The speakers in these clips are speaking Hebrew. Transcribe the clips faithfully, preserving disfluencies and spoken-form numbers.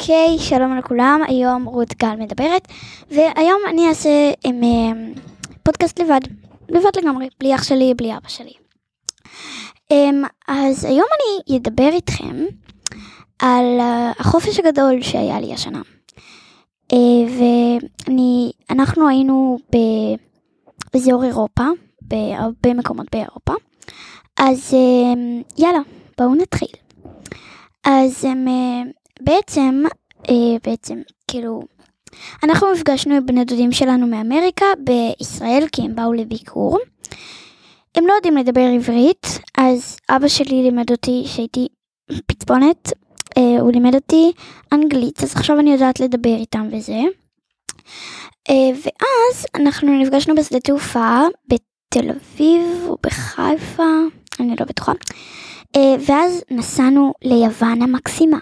אוקיי, שלום לכולם, היום רות גל מדברת, והיום אני אעשה עם, um, פודקאסט לבד, לבד לגמרי, בלי אח שלי, בלי אבא שלי. Um, אז היום אני אדבר איתכם על uh, החופש הגדול שהיה לי השנה. Uh, ואנחנו היינו באזור אירופה, בהרבה מקומות באירופה, אז uh, יאללה, בואו נתחיל. אז הם... Uh, בעצם, אה, בעצם, כאילו, אנחנו מפגשנו עם בני דודים שלנו מאמריקה בישראל, כי הם באו לביקור. הם לא יודעים לדבר עברית, אז אבא שלי לימד אותי שהייתי פצפונת, אה, הוא לימד אותי אנגלית, אז עכשיו אני יודעת לדבר איתם וזה. אה, ואז אנחנו נפגשנו בשדה תעופה בתל אביב או בחיפה, אני לא בטוחה. אה, ואז נסענו ליוון המקסימה.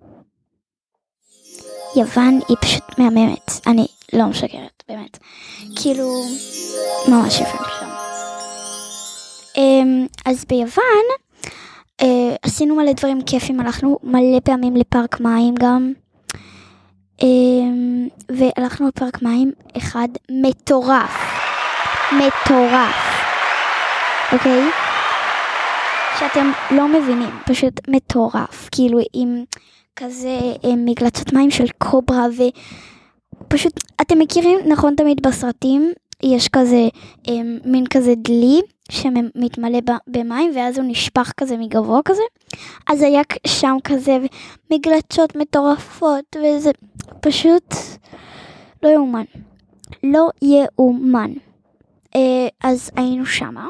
יוון היא פשוט מהממת, אני לא משקרת, באמת. כאילו, ממש יפה שם. אז ביוון, עשינו מלא דברים כיפים, הלכנו מלא פעמים לפארק מים גם, והלכנו לפארק מים אחד מטורף, מטורף, אוקיי? שאתם לא מבינים, פשוט מטורף, כאילו עם... כזה מגלצות מים של קוברה, ופשוט, אתם מכירים, נכון, תמיד בסרטים, יש כזה, מין כזה דלי, שמתמלא במים, ואז הוא נשפך כזה מגבוה כזה, אז היה שם כזה, מגלצות מטורפות, וזה פשוט לא יאומן, לא יאומן. אז היינו שמה,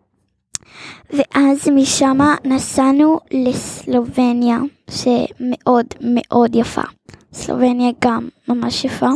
ואז משם נסענו לסלובניה, שמאוד מאוד יפה. סלובניה גם ממש יפה.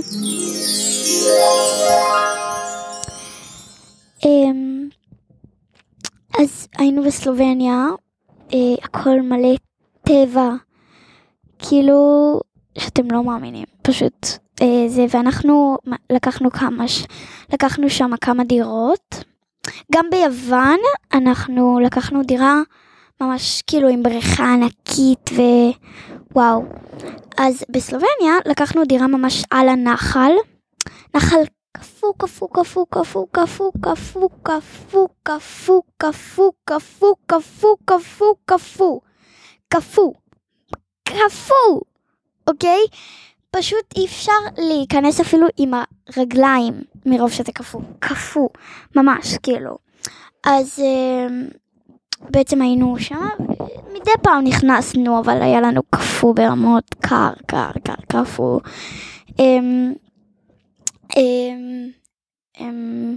אז היינו בסלובניה, הכל מלא טבע, כאילו שאתם לא מאמינים, פשוט זה, ואנחנו לקחנו כמה, לקחנו שם כמה דירות, גם ביוון אנחנו לקחנו דירה ממש כאילו עם בריכה ענקית ווואו. אז בסלובניה לקחנו דירה ממש על הנחל, נחל קפוא, קפוא, קפוא, קפוא, קפוא, קפוא, קפוא, קפוא, קפוא, קפוא, קפוא, קפוא, קפוא, קפוא, קפוא, אוקיי? פשוט אי אפשר להיכנס אפילו עם הרגליים מרוב שזה קפוא, קפוא, ממש כאילו. אז בעצם היינו שם, מדי פעם נכנסנו, אבל היה לנו קפוא ברמות, קר, קר, קר, קפוא. אמ, אמ, אמ,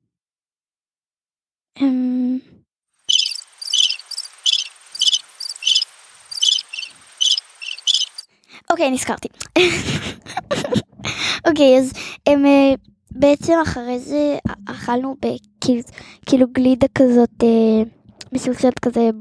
אמ. אוקיי, נזכרתי. אוקיי, אז הם בעצם אחרי זה אכלנו כאילו גלידה כזאת מסולסלת כזה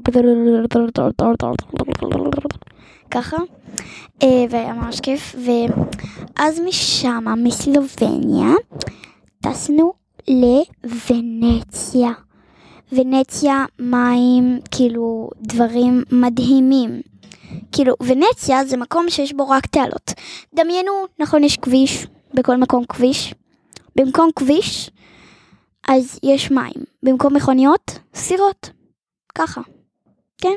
ככה, והיה ממש כיף. ואז משם, מסלובניה, טסנו לוונציה. ונציה, מים, כאילו דברים מדהימים. כאילו, ונציה זה מקום שיש בו רק תעלות. דמיינו, נכון, יש כביש, בכל מקום כביש. במקום כביש, אז יש מים. במקום מכוניות, סירות. ככה. כן?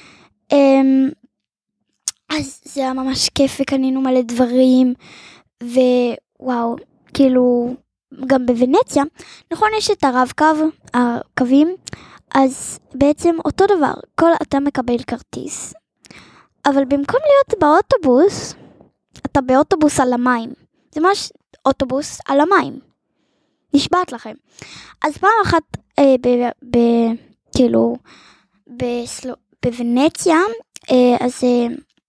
אז זה היה ממש כיף, וקנינו מלא דברים, ווואו, כאילו, גם בוונציה, נכון, יש את הרב קו, הקווים, אז בעצם אותו דבר, כל אתה מקבל כרטיס, אבל במקום להיות באוטובוס, אתה באוטובוס על המים. זה ממש אוטובוס על המים. נשבעת לכם. אז פעם אחת, אה, ב, ב, כאילו, בסלו, בוונציה, אה, אז אה,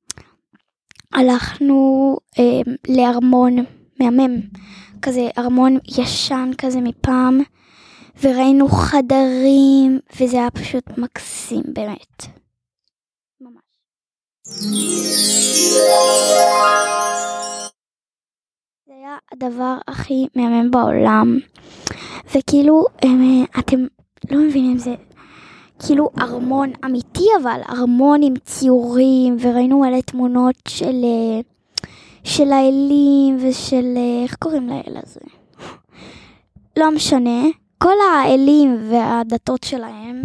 הלכנו אה, לארמון מהמם. כזה ארמון ישן כזה מפעם, וראינו חדרים, וזה היה פשוט מקסים, באמת. ממש. זה היה הדבר הכי מהמם בעולם, וכאילו אתם לא מבינים, זה כאילו ארמון אמיתי, אבל ארמון עם ציורים, וראינו מלא תמונות של של האלים ושל, איך קוראים לאל הזה? לא משנה, כל האלים והדתות שלהם.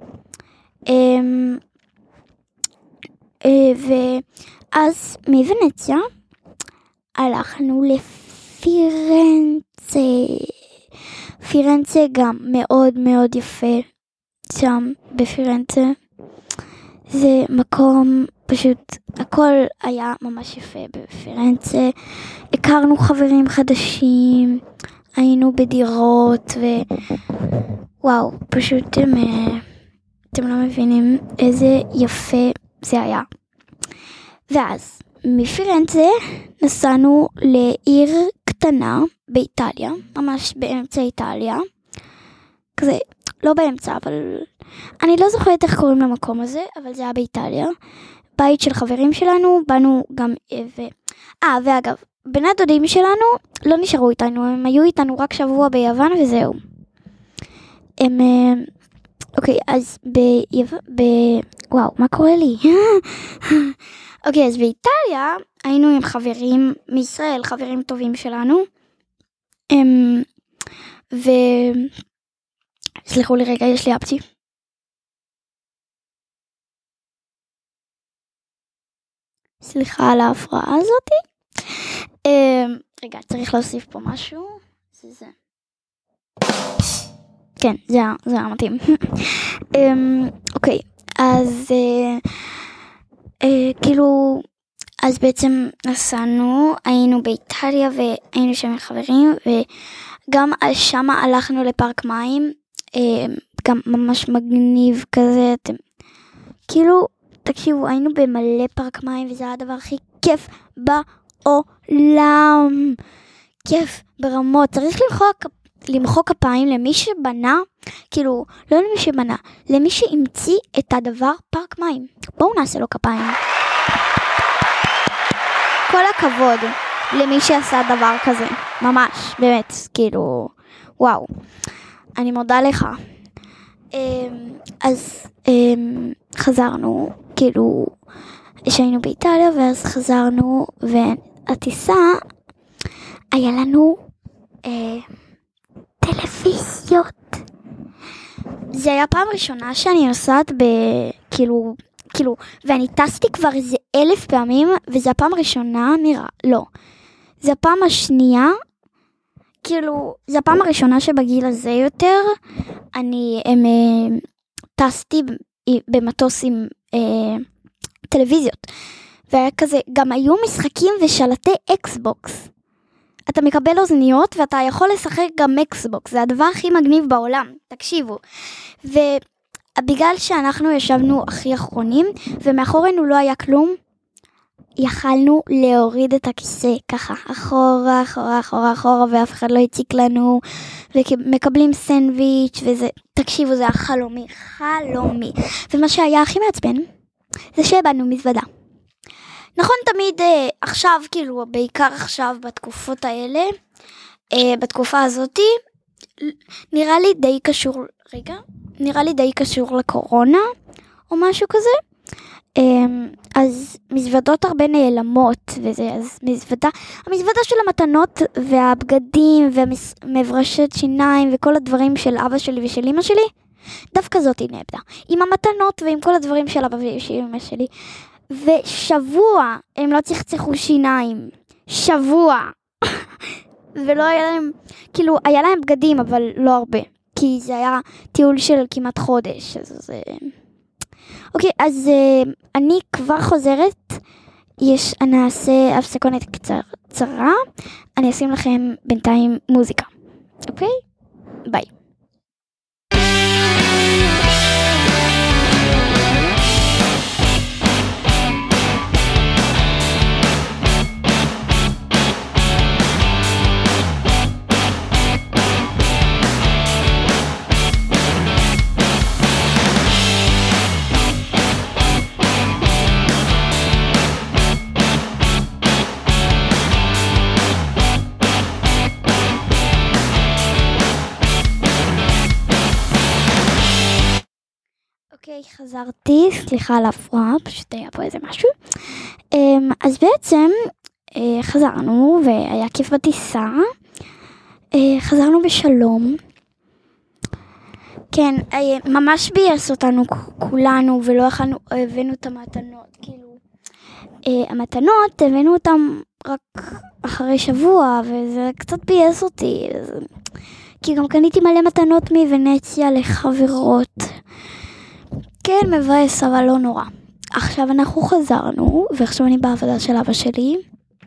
ואז מוונציה הלכנו לפירנצה. פירנצה גם מאוד מאוד יפה שם בפירנצה. זה מקום פשוט, הכל היה ממש יפה בפירנצה. הכרנו חברים חדשים, היינו בדירות ווואו, פשוט אתם, אתם לא מבינים איזה יפה זה היה. ואז מפירנצה נסענו לעיר קטנה באיטליה, ממש באמצע איטליה, כזה, לא באמצע, אבל אני לא זוכרת איך קוראים למקום הזה, אבל זה היה באיטליה, בית של חברים שלנו, באנו גם, ו... אה, ואגב, בני הדודים שלנו לא נשארו איתנו, הם היו איתנו רק שבוע ביוון וזהו. הם, אוקיי, אז ביוון, ב... וואו, מה קורה לי? אוקיי, אז באיטליה היינו עם חברים מישראל, חברים טובים שלנו, הם, ו... סליחו לי רגע, יש לי אפצ'י. סליחה על ההפרעה הזאת. Um, רגע, צריך להוסיף פה משהו. זה זה. כן, זה, זה היה מתאים. um, אוקיי, אז uh, uh, כאילו, אז בעצם נסענו, היינו באיטליה והיינו שם עם חברים, וגם שם הלכנו לפארק מים, uh, גם ממש מגניב כזה, אתם, כאילו, תקשיבו, היינו במלא פארק מים, וזה היה הדבר הכי כיף בעולם. כיף ברמות. צריך למחוא, למחוא כפיים למי שבנה, כאילו, לא למי שבנה, למי שהמציא את הדבר פארק מים. בואו נעשה לו כפיים. כל הכבוד למי שעשה דבר כזה. ממש, באמת, כאילו, וואו. אני מודה לך. אז חזרנו, כאילו, שהיינו באיטליה, ואז חזרנו, והטיסה, היה לנו אה, טלוויזיות. זה היה פעם ראשונה שאני נוסעת ב... כאילו, כאילו, ואני טסתי כבר איזה אלף פעמים, וזה הפעם הראשונה, נראה, לא. זה הפעם השנייה, כאילו, זה הפעם הראשונה שבגיל הזה יותר, אני הם, טסתי במטוס עם אה, טלוויזיות. והיה כזה, גם היו משחקים ושלטי אקסבוקס. אתה מקבל אוזניות ואתה יכול לשחק גם אקסבוקס. זה הדבר הכי מגניב בעולם. תקשיבו. ובגלל שאנחנו ישבנו הכי אחרונים, ומאחורינו לא היה כלום, יכלנו להוריד את הכיסא ככה, אחורה, אחורה, אחורה, אחורה, ואף אחד לא הציק לנו, ומקבלים סנדוויץ' וזה, תקשיבו, זה היה חלומי, חלומי. ומה שהיה הכי מעצבן, זה שאיבדנו מזוודה. נכון, תמיד אה, עכשיו, כאילו, בעיקר עכשיו בתקופות האלה, אה, בתקופה הזאת, נראה לי די קשור, רגע, נראה לי די קשור לקורונה, או משהו כזה. אז מזוודות הרבה נעלמות וזה, אז מזוודה, המזוודה של המתנות והבגדים ומברשת שיניים וכל הדברים של אבא שלי ושל אמא שלי, דווקא זאת היא נאבדה, עם המתנות ועם כל הדברים של אבא ושל אמא שלי, ושבוע הם לא צחצחו שיניים, שבוע, ולא היה להם, כאילו היה להם בגדים אבל לא הרבה, כי זה היה טיול של כמעט חודש, אז זה... אוקיי, אז uh, אני כבר חוזרת, יש, אני אעשה הפסקונת קצרה, אני אשים לכם בינתיים מוזיקה, אוקיי? ביי. אוקיי, חזרתי, סליחה על ההפרעה, פשוט היה פה איזה משהו. אז בעצם, אה, חזרנו והיה כיף בטיסה. אה, חזרנו בשלום. כן, אה, ממש בייס אותנו כולנו ולא אכלנו, הבאנו את המתנות, כאילו, אה, המתנות הבאנו אותם רק אחרי שבוע וזה קצת בייס אותי, זה... כי גם קניתי מלא מתנות מוונציה לחברות. כן, מבאס, אבל לא נורא. עכשיו אנחנו חזרנו, ועכשיו אני בעבודה של אבא שלי.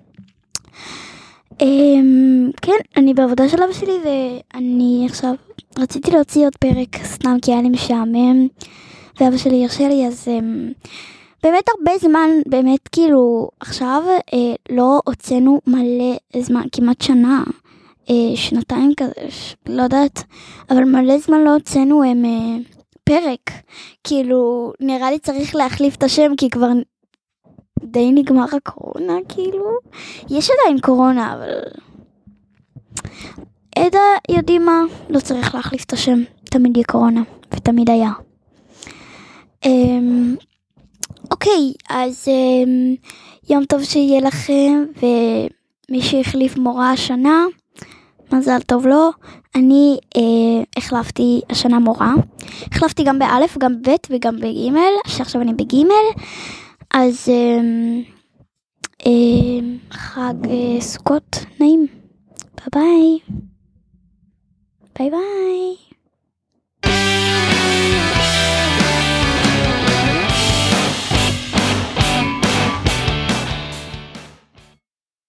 כן, אני בעבודה של אבא שלי, ואני עכשיו רציתי להוציא עוד פרק סתם כי היה לי משעמם, ואבא שלי הרשה לי, אז באמת הרבה זמן, באמת כאילו, עכשיו לא הוצאנו מלא זמן, כמעט שנה. שנתיים כזה, לא יודעת, אבל מלא זמן לא הוצאנו הם פרק, כאילו נראה לי צריך להחליף את השם כי כבר די נגמר הקורונה, כאילו יש עדיין קורונה, אבל עדה יודעים מה, לא צריך להחליף את השם, תמיד יהיה קורונה ותמיד היה. אוקיי, אז יום טוב שיהיה לכם, ומי שהחליף מורה השנה מזל טוב לו. אני אה, החלפתי השנה מורה, החלפתי גם באלף, גם ב' וגם בגימל, שעכשיו אני בגימל, אז אה, אה, חג אה, סוכות נעים. ביי ביי. ביי ביי.